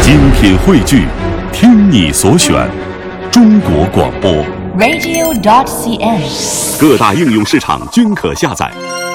精品汇聚，听你所选，中国广播 radio.cn， 各大应用市场均可下载。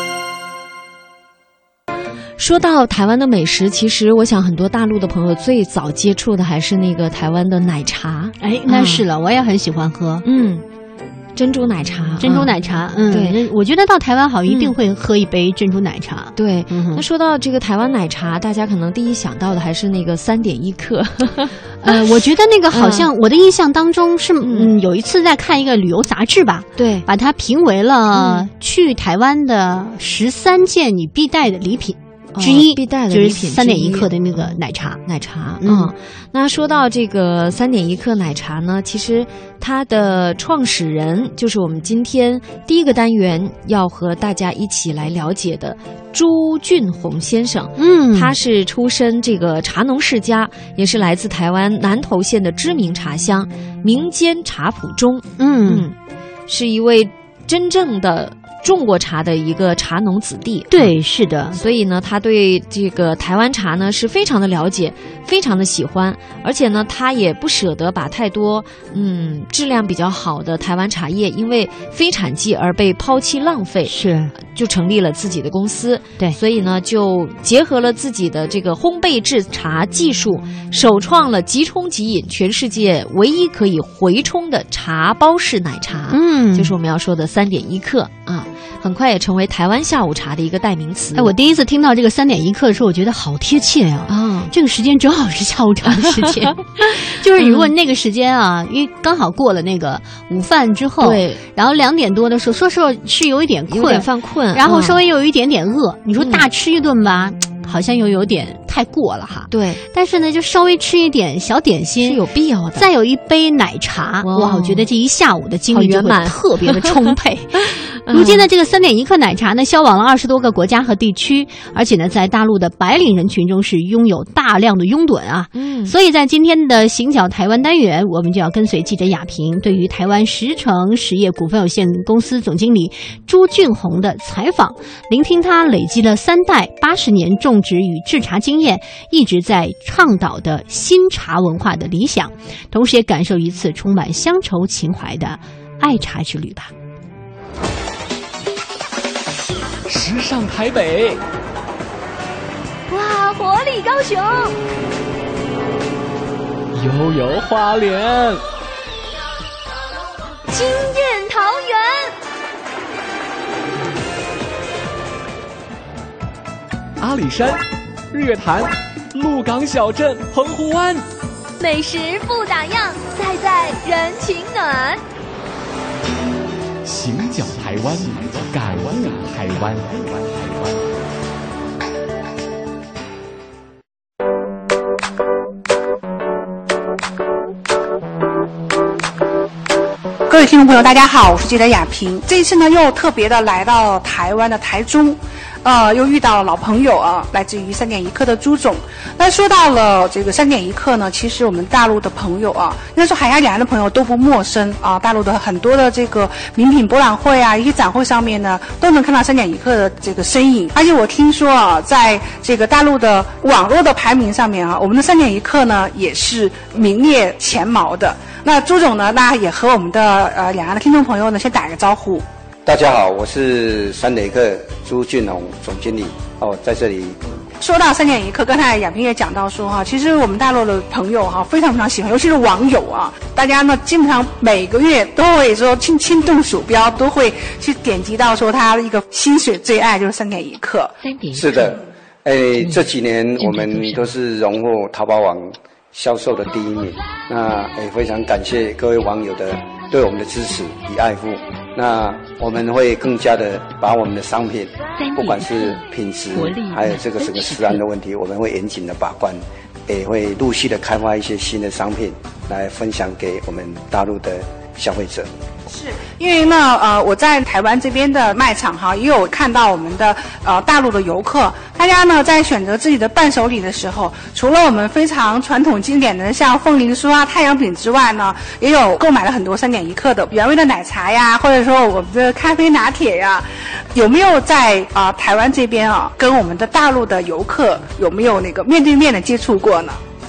说到台湾的美食，其实我想很多大陆的朋友最早接触的还是那个台湾的奶茶。 哎，那是了，我也很喜欢喝。 珍珠奶茶， 对，我觉得到台湾好一定会喝一杯珍珠奶茶。 对，那说到这个台湾奶茶，大家可能第一想到的还是那个3.1克。 我觉得那个好像我的印象当中是，有一次在看一个旅游杂志吧， 对， 把它评为了去台湾的13件你必带的礼品之一， 必带的就是3.1克的那个奶茶。 那说到这个3.1克奶茶呢，其实它的创始人就是我们今天第一个单元要和大家一起来了解的朱俊宏先生。他是出身这个茶农世家，也是来自台湾南投县的知名茶乡民间茶圃中。是一位真正的种过茶的一个茶农子弟。 对，是的。 所以呢，他对这个台湾茶呢是非常的了解，非常的喜欢，而且呢，他也不舍得把太多质量比较好的台湾茶叶因为非产季而被抛弃浪费，就成立了自己的公司。 对， 所以呢，就结合了自己的这个烘焙制茶技术，首创了即冲即饮全世界唯一可以回冲的茶包式奶茶。就是我们要说的3.1克啊。很快也成为台湾下午茶的一个代名词。 我第一次听到这个3.1克的时候，我觉得好贴切啊！这个时间正好是下午茶的时间，就是如果那个时间啊，因为刚好过了那个午饭之后， 对， 然后2点多的时候，说实话是有一点犯困， 然后稍微又有一点点饿。你说大吃一顿吧，好像又有点太过了哈。 对， 但是呢，就稍微吃一点小点心是有必要的。 再有一杯奶茶，哇，我觉得这一下午的精力就会特别的充沛。如今的这个3.1克奶茶呢，销往了20多个国家和地区，而且呢，在大陆的白领人群中是拥有大量的拥趸啊。所以在今天的行脚台湾单元，我们就要跟随记者雅萍对于台湾石城实业股份有限公司总经理朱俊宏的采访，聆听他累积了3代80年种植与制茶经验，一直在倡导的新茶文化的理想，同时也感受一次充满乡愁情怀的爱茶之旅吧。 时尚台北， 哇，活力高雄， 悠悠花莲， 惊艳桃园，阿里山、日月潭、鹿港小镇、澎湖湾， 美食不打烊，在人情暖。 行脚台湾，感悟台湾。 各位听众朋友，大家好，我是记者雅萍。这一次呢，又特别的来到台湾的台中。又遇到了老朋友啊，来自于3.1克的朱总。那说到了这个3.1克呢，其实我们大陆的朋友啊，应该说海峡两岸的朋友都不陌生啊。大陆的很多的这个名品博览会啊，一些展会上面呢，都能看到3.1克的这个身影。而且我听说啊，在这个大陆的网络的排名上面啊，我们的3.1克呢也是名列前茅的。那朱总呢，那也和我们的两岸的听众朋友呢，先打个招呼。 大家好，我是3.1克朱俊宏总经理在这里。 说到3.1克，刚才雅萍也讲到说哈，其实我们大陆的朋友哈非常非常喜欢，尤其是网友啊，大家呢基本上每个月都会说轻动鼠标，都会去点击到说他一个薪水最爱就是3.1克。 是的，这几年我们都是荣获淘宝网销售的第1名。那非常感谢各位网友的对我们的支持与爱护。那我们会更加的把我们的商品，不管是品质，还有这个整个食安的问题，我们会严谨的把关，也会陆续的开发一些新的商品来分享给我们大陆的消费者。 是因为呢，我在台湾这边的卖场哈，也有看到我们的大陆的游客，大家呢在选择自己的伴手礼的时候，除了我们非常传统经典的像凤梨酥啊、太阳饼之外呢，也有购买了很多3.1克的原味的奶茶呀，或者说我们的咖啡拿铁呀。有没有在台湾这边啊，跟我们的大陆的游客有没有那个面对面的接触过呢？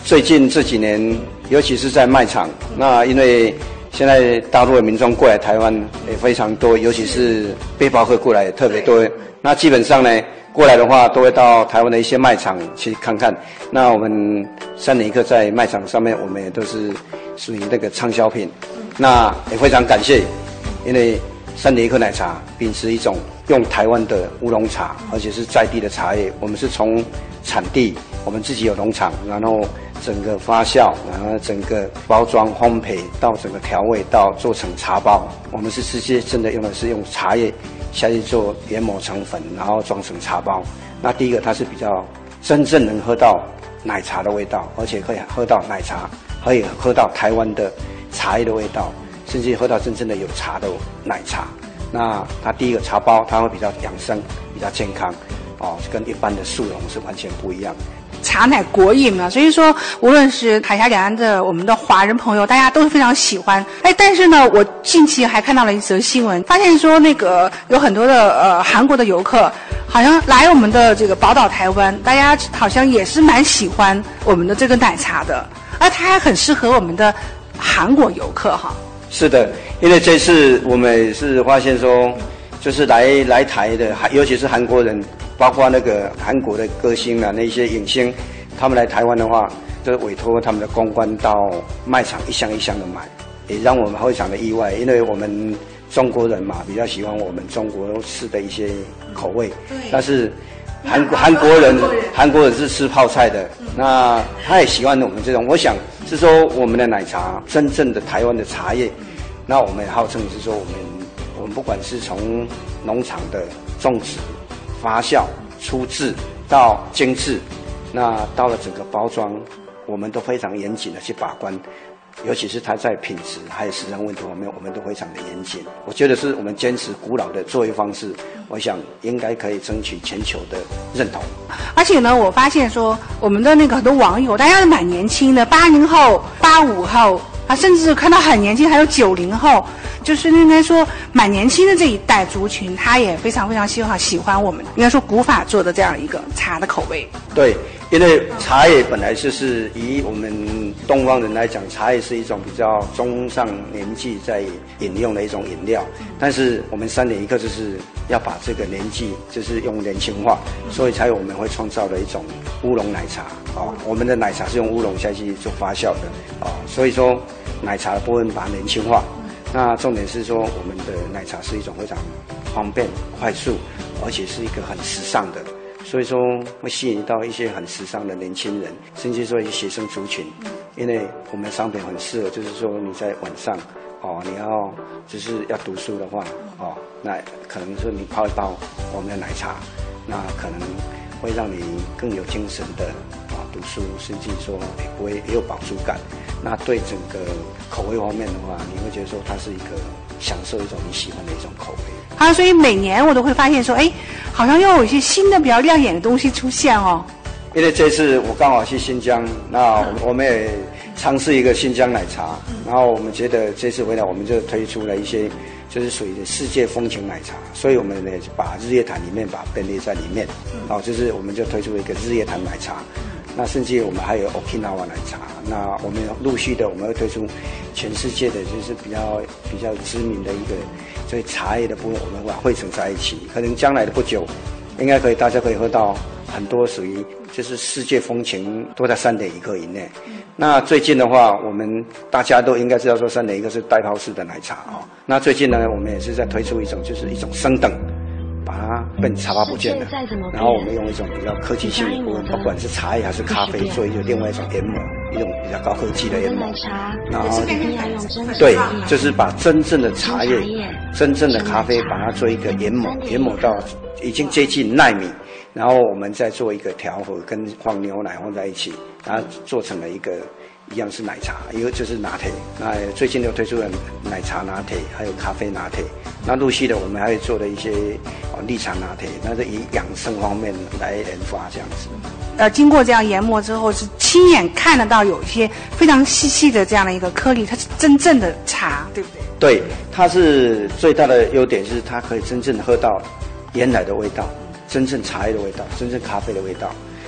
最近这几年，尤其是在卖场，那因为现在大陆的民众过来台湾也非常多，尤其是背包客过来也特别多。那基本上呢，过来的话都会到台湾的一些卖场去看看。那我们3点一刻在卖场上面，我们也都是属于那个畅销品。那也非常感谢，因为3点一刻奶茶秉持一种用台湾的乌龙茶，而且是在地的茶叶。我们是从产地，我们自己有农场，然后整个发酵，然后整个包装烘焙到整个调味到做成茶包，我们是直接真的用的是用茶叶下去做研磨成粉，然后装成茶包。那第一个它是比较真正能喝到奶茶的味道，而且可以喝到奶茶，可以喝到台湾的茶叶的味道，甚至喝到真正的有茶的奶茶。那它第一个茶包它会比较养生，比较健康哦，跟一般的速溶是完全不一样。 茶乃国饮嘛，所以说无论是海峡两岸的我们的华人朋友，大家都非常喜欢。但是呢，我近期还看到了一则新闻，发现说那个有很多的韩国的游客，好像来我们的这个宝岛台湾，大家好像也是蛮喜欢我们的这个奶茶的，而它还很适合我们的韩国游客哈。 是的，因为这次我们也是发现说，就是来台的，尤其是韩国人，包括那个韩国的歌星啊，那些影星，他们来台湾的话，就委托他们的公关到卖场一箱一箱的买，也让我们非常的意外，因为我们中国人嘛，比较喜欢我们中国式的一些口味，但是韩国人是吃泡菜的，那他也喜欢我们这种。我想是说我们的奶茶，真正的台湾的茶叶，那我们也号称是说我们不管是从农场的种植、发酵、出制到精制，那到了整个包装，我们都非常严谨的去把关。尤其是它在品质还有食安问题方面，我们都非常的严谨。我觉得是我们坚持古老的作业方式，我想应该可以争取全球的认同。 而且呢，我发现说我们的那个很多网友，大家都蛮年轻的，80后、85后啊，甚至看到很年轻，还有90后，就是应该说蛮年轻的这一代族群，他也非常非常喜欢我们应该说古法做的这样一个茶的口味。 对，因为茶叶本来就是以我们东方人来讲，茶叶是一种比较中上年纪在饮用的一种饮料，但是我们3点一刻就是要把这个年纪就是用年轻化，所以才有我们会创造了一种乌龙奶茶哦。我们的奶茶是用乌龙下去做发酵的哦，所以说奶茶的部分把它年轻化。那重点是说，我们的奶茶是一种非常方便、快速，而且是一个很时尚的。所以说会吸引到一些很时尚的年轻人，甚至说一些学生族群，因为我们的商品很适合，就是说你在晚上哦，你要就是要读书的话哦，那可能说你泡一包我们的奶茶，那可能会让你更有精神的读书，甚至说也有饱足感。那对整个口味方面的话，你会觉得说它是一个享受一种你喜欢的一种口味。 好，所以每年我都会发现说，好像又有一些新的比较亮眼的东西出现哦。 因为这次我刚好去新疆，那我们也尝试一个新疆奶茶，然后我们觉得这次回来我们就推出了一些就是属于世界风情奶茶，所以我们呢把日月潭里面把它编列在里面，就是我们就推出一个日月潭奶茶。那甚至我们还有 Okinawa 奶茶，那我们陆续的我们会推出全世界的就是比较知名的一个所以茶叶的部分，我们把它汇成在一起，可能将来的不久，应该大家可以喝到很多属于就是世界风情都在3点一刻以内。那最近的话，我们大家都应该知道说3点一刻是袋泡式的奶茶哦。那最近呢，我们也是在推出一种就是一种升等。把它变茶包不见了，然后我们用一种比较科技性的部分，不管是茶叶还是咖啡，做一个另外一种研磨，一种比较高科技的研磨。然后对，就是把真正的茶叶、真正的咖啡，把它做一个研磨，研磨到已经接近奈米，然后我们再做一个调和，跟放牛奶放在一起，然后做成了一个。一样是奶茶，一个就是拿铁。那最近又推出了奶茶拿铁，还有咖啡拿铁。那陆续的我们还会做了一些绿茶拿铁，那是以养生方面来研发这样子。 经过这样研磨之后，是亲眼看得到有一些非常细的这样的一个颗粒，它是真正的茶，对不对？ 对，它是最大的优点是它可以真正喝到原来的味道，真正茶叶的味道，真正咖啡的味道。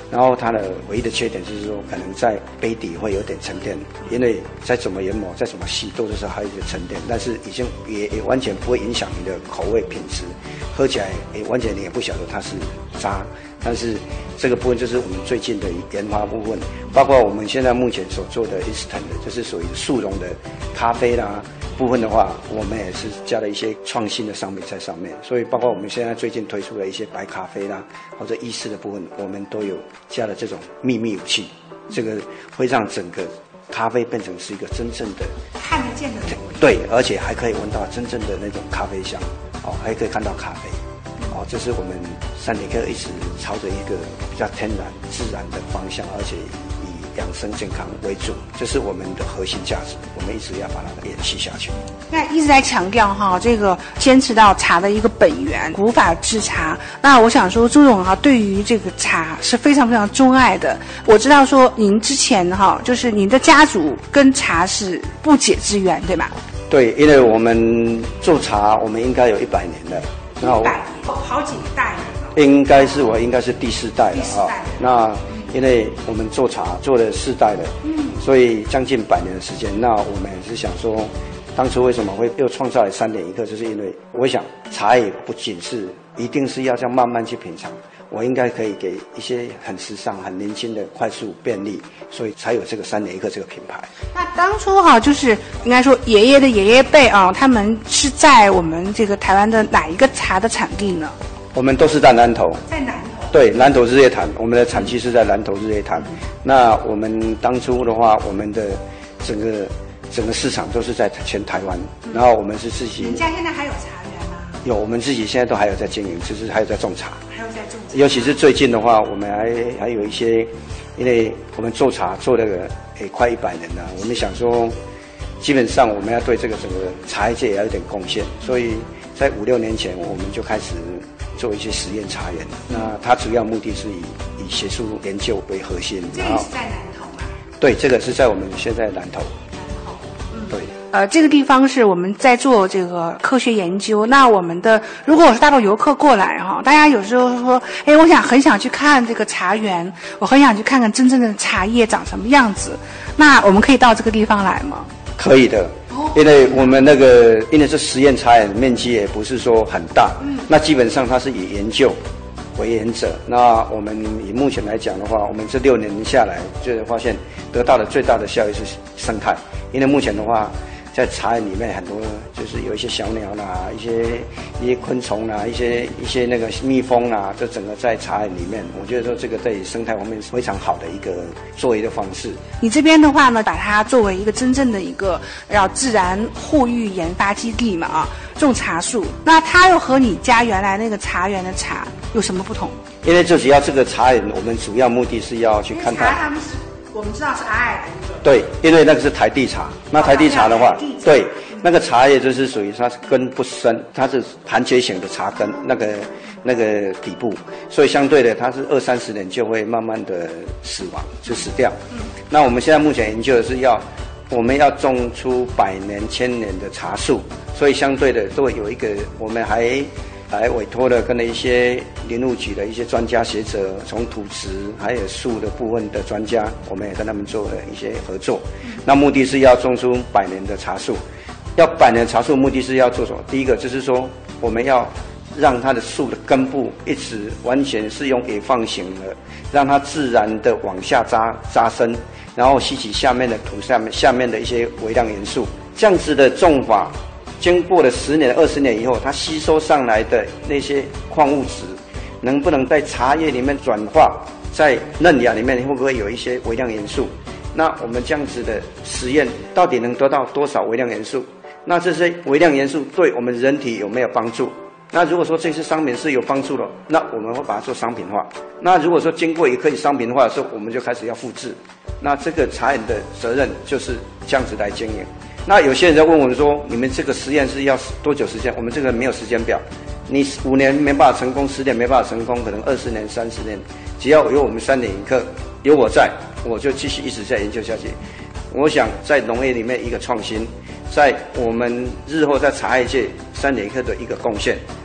然后它的唯一的缺点就是说，可能在杯底会有点沉淀，因为再怎么研磨，再怎么细，多多少少还有一个沉淀，但是已经也完全不会影响你的口味品质，喝起来完全你也不晓得它是渣。但是这个部分就是我们最近的研发部分，包括我们现在目前所做的 instant 的，就是属于速溶的咖啡啦部分的话，我们也是加了一些创新的商品在上面，所以包括我们现在最近推出的一些白咖啡啦，或者意式的部分，我们都有加了这种秘密武器，这个会让整个咖啡变成是一个真正的看得见的， 对，而且还可以闻到真正的那种咖啡香，还可以看到咖啡。这是我们3点课一直朝着一个比较天然自然的方向，而且以养生健康为主，这是我们的核心价值，我们一直要把它延续下去。 那一直在强调这个坚持到茶的一个本源，古法制茶。那我想说，朱总对于这个茶是非常非常钟爱的。我知道说您之前就是您的家族跟茶是不解之缘，对吗？ 对，因为我们做茶，我们应该有100年了。 那好几代了， 应该是第4代了那因为我们做茶做了4代了，所以将近100年的时间。那我们也是想说，当初为什么会又创造了3点一刻，就是因为我想茶也不仅是一定是要这样慢慢去品尝，我应该可以给一些很时尚、很年轻的快速便利，所以才有这个3点一刻这个品牌。 那当初就是应该说爷爷的爷爷辈他们是在我们这个台湾的哪一个茶的产地呢？ 我们都是在南投。 在南投。 对，南投日月潭，我们的产区是在南投日月潭。那我们当初的话，我们的整个市场都是在全台湾，然后我们是自己。 你家现在还有茶园吗？ 有，我们自己现在都还有在经营，就是还有在种茶。 还有在种茶。 尤其是最近的话，我们还有一些，因为我们做茶做了快100年了，我们想说，基本上我们要对这个整个茶叶界也要有点贡献，所以在5、6年前我们就开始做一些实验茶园。那它主要目的是以学术研究为核心。 这个是在南投吗？ 对，这个是在我们现在南投。对。 这个地方是我们在做这个科学研究。那我们的如果我是大陆游客过来大家有时候说，我很想去看这个茶园，我很想去看看真正的茶叶长什么样子。那我们可以到这个地方来吗？ 可以的，因为我们因为这实验茶园面积也不是说很大，那基本上它是以研究为原则。那我们以目前来讲的话，我们这6年下来，就发现得到的最大的效益是生态。因为目前的话，在茶园里面很多就是有一些小鸟啦，一些昆虫啦，一些那个蜜蜂啦，这整个在茶园里面，我觉得说这个对生态方面是非常好的一个作为的方式。 你这边的话呢，把它作为一个真正的一个自然护育研发基地嘛种茶树，那它又和你家原来那个茶园的茶有什么不同？ 因为最主要这个茶园，我们主要目的是要去看到。 他们是我们知道是矮矮的一个。 对，因为那个是台地茶。那台地茶的话，对，那个茶叶就是属于它是根不深，它是盘结型的茶根，那个底部，所以相对的它是20-30年就会慢慢的死亡，就死掉。那我们现在目前研究的是我们要种出100年、1000年的茶树，所以相对的都会有一个，我们还委托了跟了一些林务局的一些专家学者，从土质还有树的部分的专家，我们也跟他们做了一些合作。那目的是要种出100年的茶树。要100年茶树，目的是要做什么？第一个就是说，我们要让它的树的根部一直完全是用野放型的，让它自然的往下扎深，然后吸取下面的土下面的一些微量元素。这样子的种法，经过了10年、20年以后，它吸收上来的那些矿物质，能不能在茶叶里面转化，在嫩芽里面会不会有一些微量元素？那我们这样子的实验，到底能得到多少微量元素？那这些微量元素对我们人体有没有帮助？那如果说这些商品是有帮助的，那我们会把它做商品化。那如果说经过也可以商品化的时候，我们就开始要复制。那这个茶园的责任就是这样子来经营。那有些人在问我们说，你们这个实验是要多久时间？我们这个没有时间表，你5年没办法成功，10年没办法成功，可能20年、30年，只要有我们3点一刻，有我在，我就继续一直在研究下去。我想在农业里面一个创新，在我们日后在茶叶界3点一刻的一个贡献。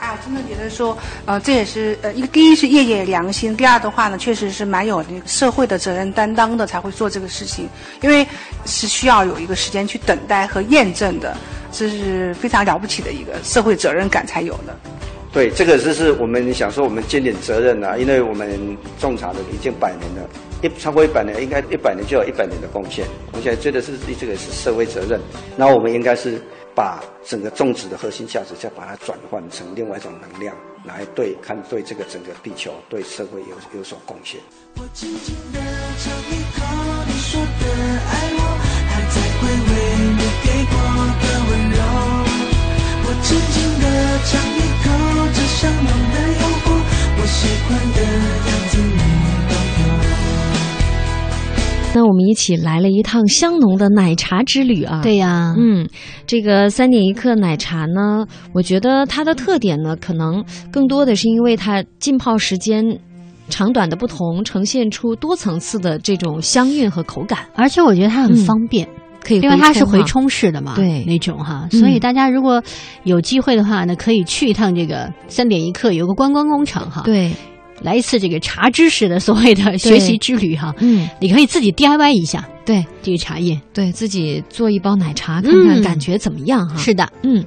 我真的觉得说，这也是第一是业界良心，第二的话呢，确实是蛮有那个社会的责任担当的，才会做这个事情，因为是需要有一个时间去等待和验证的，这是非常了不起的一个社会责任感才有的。 对，这个就是我们想说我们尽点责任因为我们种茶的已经100年了，超过100年，应该100年就有100年的贡献。我现在觉得这个是社会责任，然后我们应该是把整个种植的核心价值，再把它转换成另外一种能量，来对这个整个地球、对社会有所贡献。 我轻轻地尝一口你说的爱我，还在回味你给过的温柔。我轻轻地尝一口这香浓的诱惑，我喜欢的样子你都有。 那我们一起来了一趟香浓的奶茶之旅啊！ 对呀， 这个3点1刻奶茶呢，我觉得它的特点呢，可能更多的是因为它浸泡时间长短的不同，呈现出多层次的这种香韵和口感， 而且我觉得它很方便。 可以因为它是回冲式的嘛， 对那种哈，所以大家如果有机会的话呢，可以去一趟这个3点1刻有个观光工厂哈， 对， 来一次这个茶知识的所谓的学习之旅哈，你可以自己 DIY 一下， 对这个茶叶， 对自己做一包奶茶，看看感觉怎么样哈。 是的，